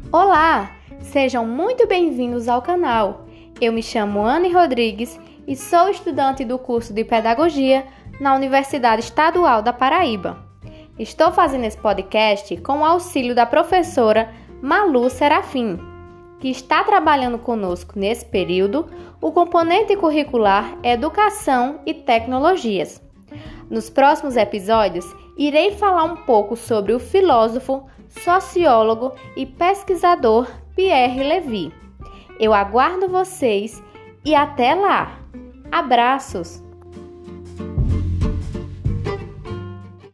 Olá, sejam muito bem-vindos ao canal. Eu me chamo Anne Rodrigues e sou estudante do curso de Pedagogia na Universidade Estadual da Paraíba. Estou fazendo esse podcast com o auxílio da professora Malu Serafim, que está trabalhando conosco nesse período o componente curricular Educação e Tecnologias. Nos próximos episódios, irei falar um pouco sobre o filósofo, sociólogo e pesquisador Pierre Levy. Eu aguardo vocês e até lá! Abraços!